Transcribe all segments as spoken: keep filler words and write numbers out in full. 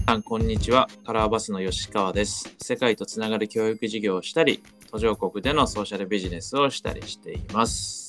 さんこんにちは。カラーバスの吉川です。世界とつながる教育事業をしたり、途上国でのソーシャルビジネスをしたりしています。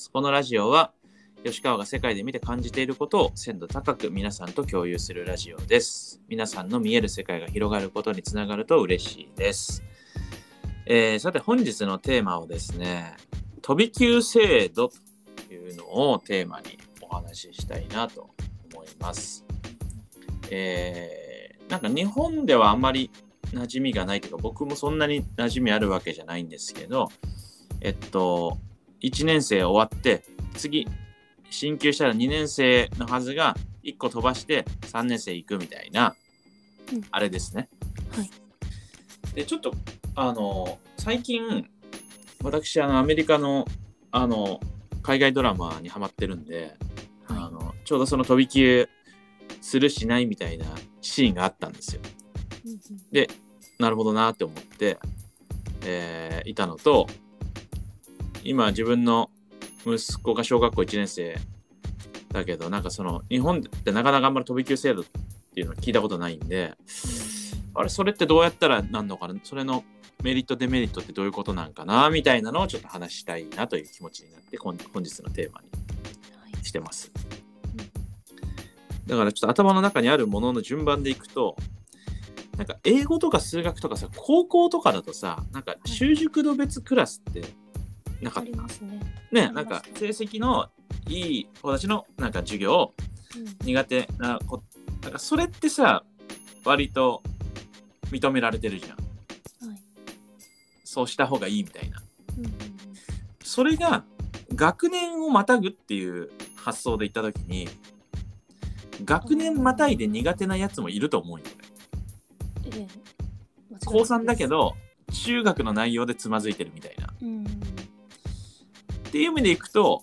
このラジオは吉川が世界で見て感じていることを鮮度高く皆さんと共有するラジオです。皆さんの見える世界が広がることにつながると嬉しいです。えー、さて本日のテーマをですね、飛び級制度というのをテーマにお話ししたいなと思います。えーなんか日本ではあんまり馴染みがないというか、僕もそんなに馴染みあるわけじゃないんですけど、えっといちねん生終わって次進級したらにねん生のはずがいっこ飛ばしてさんねん生行くみたいな、うん、あれですね。 はい。 でちょっとあの最近私あのアメリカのあの海外ドラマにハマってるんで、はい、あのちょうどその飛び級するしないみたいなシーンがあったんですよ。うんうん、でなるほどなって思って、えー、いたのと、今自分の息子が小学校いちねん生だけど、なんかその日本ってなかなかあんまり飛び級制度っていうのは聞いたことないんで、あれそれってどうやったらなんのかな、それのメリットデメリットってどういうことなんかなみたいなのをちょっと話したいなという気持ちになって本日のテーマにしてます。だからちょっと頭の中にあるものの順番でいくと、なんか英語とか数学とかさ、高校とかだとさ、なんか習熟度別クラスってなかった？ありますね。ね、なんか成績のいい子たちのなんか授業、うん、苦手な子、なんかそれってさ、割と認められてるじゃん。はい、そうした方がいいみたいな。うんうんうん、それが学年をまたぐっていう発想でいったときに、学年またいで苦手なやつもいると思うよ、ええ、こうさんだけど中学の内容でつまずいてるみたいな、うん、っていう意味でいくと、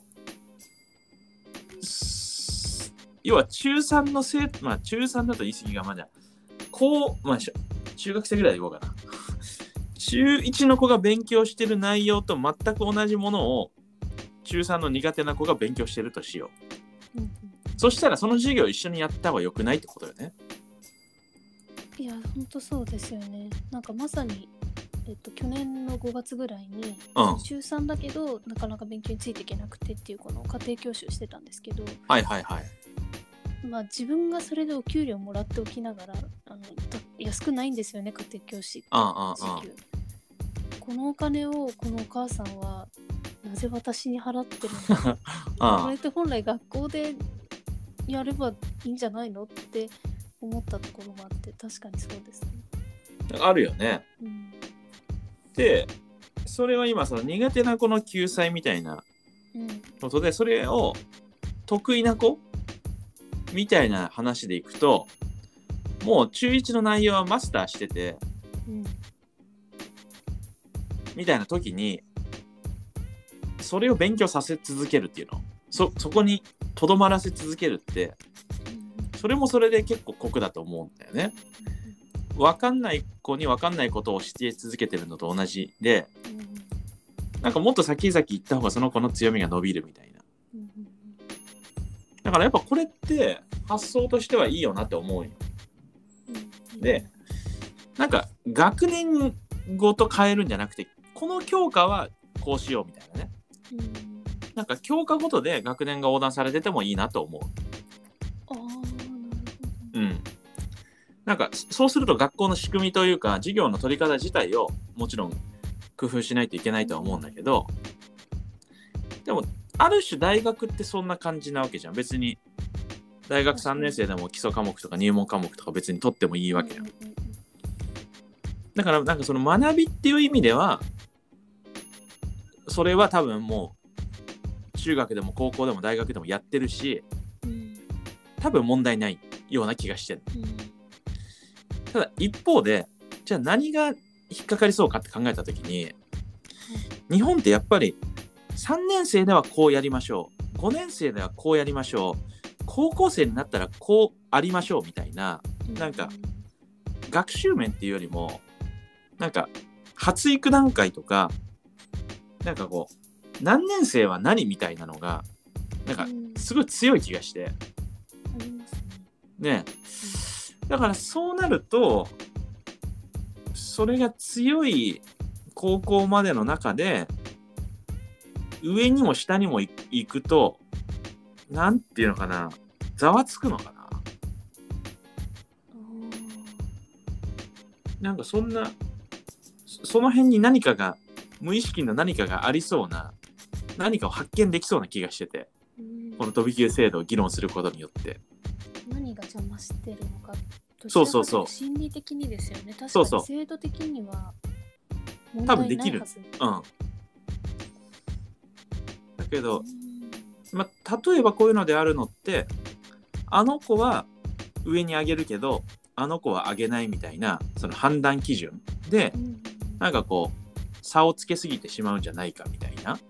要は中さんの生徒、まあ中さんだと言い過ぎがまだこう、まあ中学生ぐらいでいこうかな中いちの子が勉強してる内容と全く同じものを中さんの苦手な子が勉強してるとしよう、うん、そしたらその授業一緒にやった方が良くないってことよね。 いや本当そうですよね。なんかまさに、えっと、去年のごがつぐらいに、うん、中さんだけどなかなか勉強についていけなくてっていうこの家庭教師をしてたんですけど、 はいはいはい。 まあ自分がそれでお給料もらっておきながら、あの安くないんですよね、家庭教師って時給。このお金をこのお母さんはなぜ私に払ってるのかこれって本来学校でやればいいんじゃないのって思ったところもあって、確かにそうですね。 あるよね。うん、で、それは今その苦手な子の救済みたいなことで、うん、それを得意な子みたいな話でいくと、もう中いちの内容はマスターしてて、うん、みたいな時にそれを勉強させ続けるっていうの、そ、そこにとどまらせ続けるって、それもそれで結構酷だと思うんだよね。分かんない子に分かんないことを教え続けてるのと同じで、なんかもっと先々行った方がその子の強みが伸びるみたいな。だからやっぱこれって発想としてはいいよなって思うよ。で、なんか学年ごと変えるんじゃなくて、この教科はこうしようみたいなね。なんか教科ごとで学年が横断されててもいいなと思う。 ああ、なるほど。 うん。なんかそうすると学校の仕組みというか授業の取り方自体をもちろん工夫しないといけないとは思うんだけど、でもある種大学ってそんな感じなわけじゃん。別に大学さんねん生でも基礎科目とか入門科目とか別に取ってもいいわけじゃん。だからなんかその学びっていう意味ではそれは多分もう中学でも高校でも大学でもやってるし、多分問題ないような気がしてる。ただ一方で、じゃあ何が引っかかりそうかって考えたときに、日本ってやっぱりさんねん生ではこうやりましょう、ごねん生ではこうやりましょう、高校生になったらこうありましょうみたいな、なんか学習面っていうよりもなんか発育段階とか、なんかこう何年生は何みたいなのがなんかすごい強い気がして、 ありますね。ね、 だからそうなるとそれが強い高校までの中で上にも下にも行くとなんていうのかな、ざわつくのかな。なんかそんなその辺に何かが無意識の何かがありそうな何かを発見できそうな気がしてて、この飛び級制度を議論することによって何が邪魔してるのか、 そうそうそう、 心理的にですよね。確かにそうそう制度的には問多分題できる。 ないはず。 うん。だけど、まあ、例えばこういうのであるのって、あの子は上に上げるけどあの子は上げないみたいなその判断基準で、うん、なんかこう差をつけすぎてしまうんじゃないかみたいな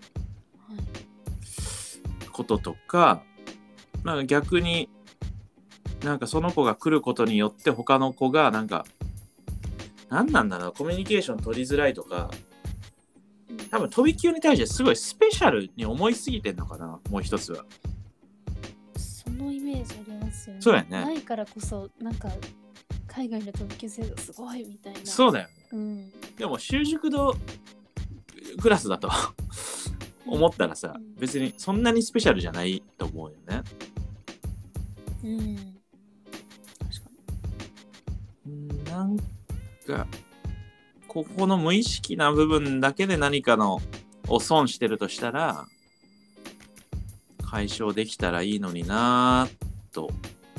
こととか、なんか逆になんかその子が来ることによって他の子がなんか何なんだろう、コミュニケーション取りづらいとか、多分飛び級に対してすごいスペシャルに思いすぎてんのかな。もう一つはそのイメージありますよね。 そうやね。 ないからこそなんか海外の飛び級制度すごいみたいな。 そうだよね、 うん、でも習熟度クラスだと思ったらさ、うん、別にそんなにスペシャルじゃないと思うよね。 うん、確かに。なんかここの無意識な部分だけで何かのを損してるとしたら解消できたらいいのになぁと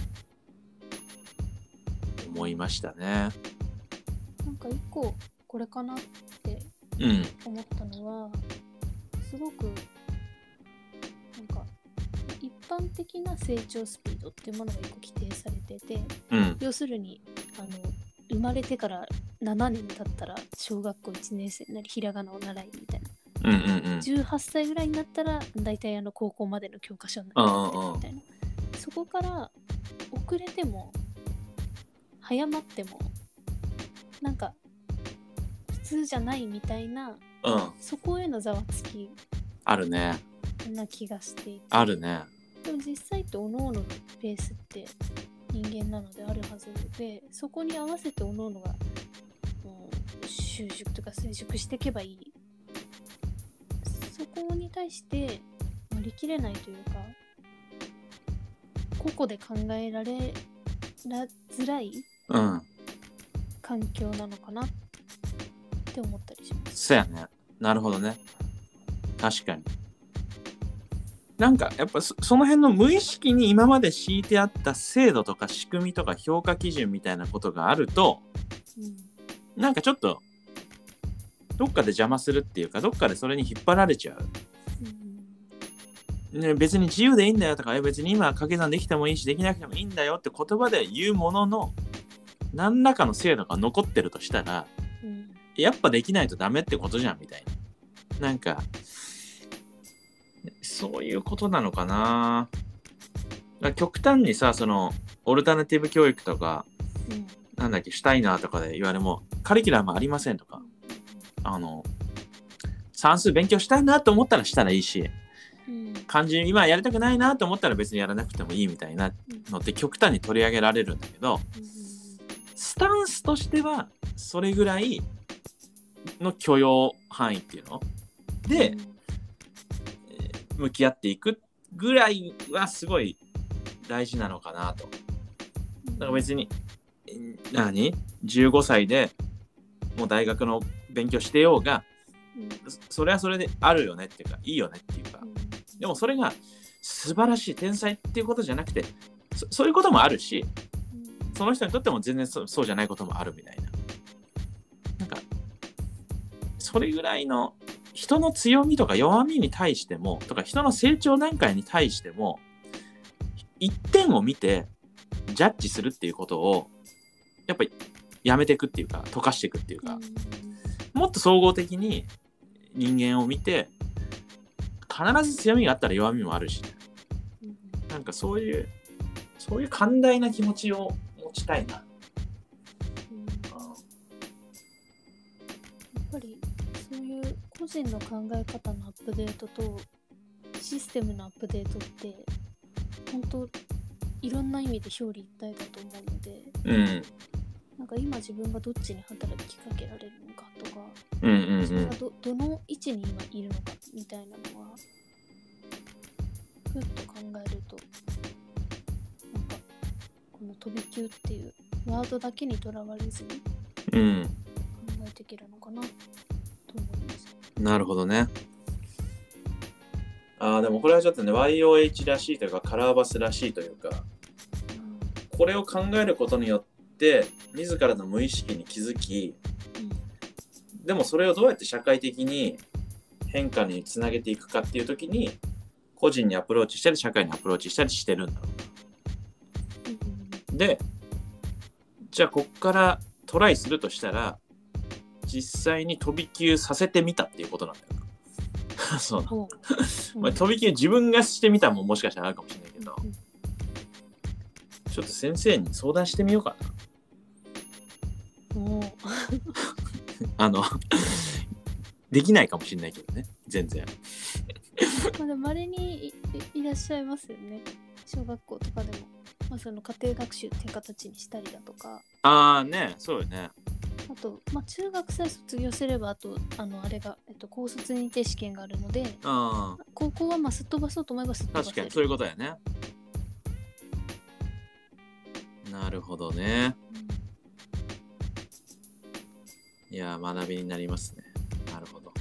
思いましたね。 なんか一個これかなって思ったのは、うん、すごくなんか一般的な成長スピードっていうものが一個規定されてて、うん、要するにあの生まれてからななねん経ったら小学校いちねん生になりひらがなを習いみたいな、うんうんうん、じゅうはっさいぐらいになったら大体あの高校までの教科書になってるみたいな、そこから遅れても早まってもなんか普通じゃないみたいな、うん、そこへのざわつきあるねな気がしていて、 あるね。 でも実際って各々のペースって人間なのであるはずで、そこに合わせて各々がもう習熟とか成熟していけばいい。そこに対して乗り切れないというか、個々で考えられづらい環境なのかなって思ったりします。 そうやね。なるほどね。確かに。なんかやっぱ そ, その辺の無意識に今まで敷いてあった制度とか仕組みとか評価基準みたいなことがあると、うん、なんかちょっとどっかで邪魔するっていうか、どっかでそれに引っ張られちゃう、うんね、別に自由でいいんだよとか、別に今掛け算できてもいいしできなくてもいいんだよって言葉で言うものの、何らかの制度が残ってるとしたら、うん、やっぱできないとダメってことじゃんみたいな、なんかそういうことなのかな。だ極端にさ、そのオルタナティブ教育とか、うん、なんだっけシュタイナーとかで言われもカリキュラムありませんとか、あの算数勉強したいなと思ったらしたらいいし、うん、漢字今やりたくないなと思ったら別にやらなくてもいいみたいなのって極端に取り上げられるんだけど、うん、スタンスとしてはそれぐらいの許容範囲っていうので、うん向き合っていくぐらいはすごい大事なのかなと。だから別に何じゅうごさいでもう大学の勉強してようが、うん、それはそれであるよねっていうかいいよねっていうか、うん、でもそれが素晴らしい天才っていうことじゃなくて そ, そういうこともあるし、うん、その人にとっても全然 そ, そうじゃないこともあるみたいな、なんかそれぐらいの人の強みとか弱みに対してもとか人の成長段階に対しても一点を見てジャッジするっていうことをやっぱりやめていくっていうか溶かしていくっていうか、もっと総合的に人間を見て必ず強みがあったら弱みもあるし、ね、なんかそういうそういう寛大な気持ちを持ちたいな。 個人の考え方のアップデートとシステムのアップデートって本当いろんな意味で表裏一体だと思うので、 うん、 なんか今自分がどっちに働きかけられるのかとか、 うんうんうん、 自分が ど, どの位置に今いるのかみたいなのはふっと考えると、なんかこの飛び級っていうワードだけにとらわれずに考えていけるのかなと思います。 うん、なるほどね。ああ、でもこれはちょっとね ワイオーエイチ らしいというかカラーバスらしいというか、うん、これを考えることによって自らの無意識に気づき、うん、でもそれをどうやって社会的に変化につなげていくかっていう時に個人にアプローチしたり社会にアプローチしたりしてるんだろう、うん、でじゃあこっからトライするとしたら実際に飛び級させてみたっていうことなんだよ。そうな、うん、まあ、飛び級自分がしてみたももしかしたらあるかもしれないけど、うん、ちょっと先生に相談してみようかな。おあのできないかもしれないけどね、全然。 まだ稀に い, いらっしゃいますよね、小学校とかでも、まあ、その家庭学習っていう形にしたりだとか。 ああね、そうよね。 あと、まあ、中学さえ卒業すればあとあのあれが、えっと、高卒認定試験があるので、あ高校はまあすっ飛ばそうと思えばすっ飛ばせる。 確かにそういうことやね。なるほどね、うん、いや学びになりますね。なるほど。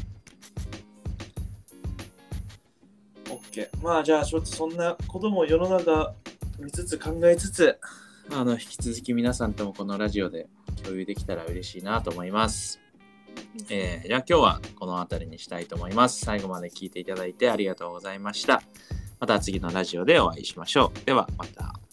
OK、 まあじゃあちょっとそんなことも世の中見つつ考えつつ、あの引き続き皆さんともこのラジオで共有できたら嬉しいなと思います。えー、じゃあ今日はこの辺りにしたいと思います。最後まで聞いていただいてありがとうございました。また次のラジオでお会いしましょう。ではまた。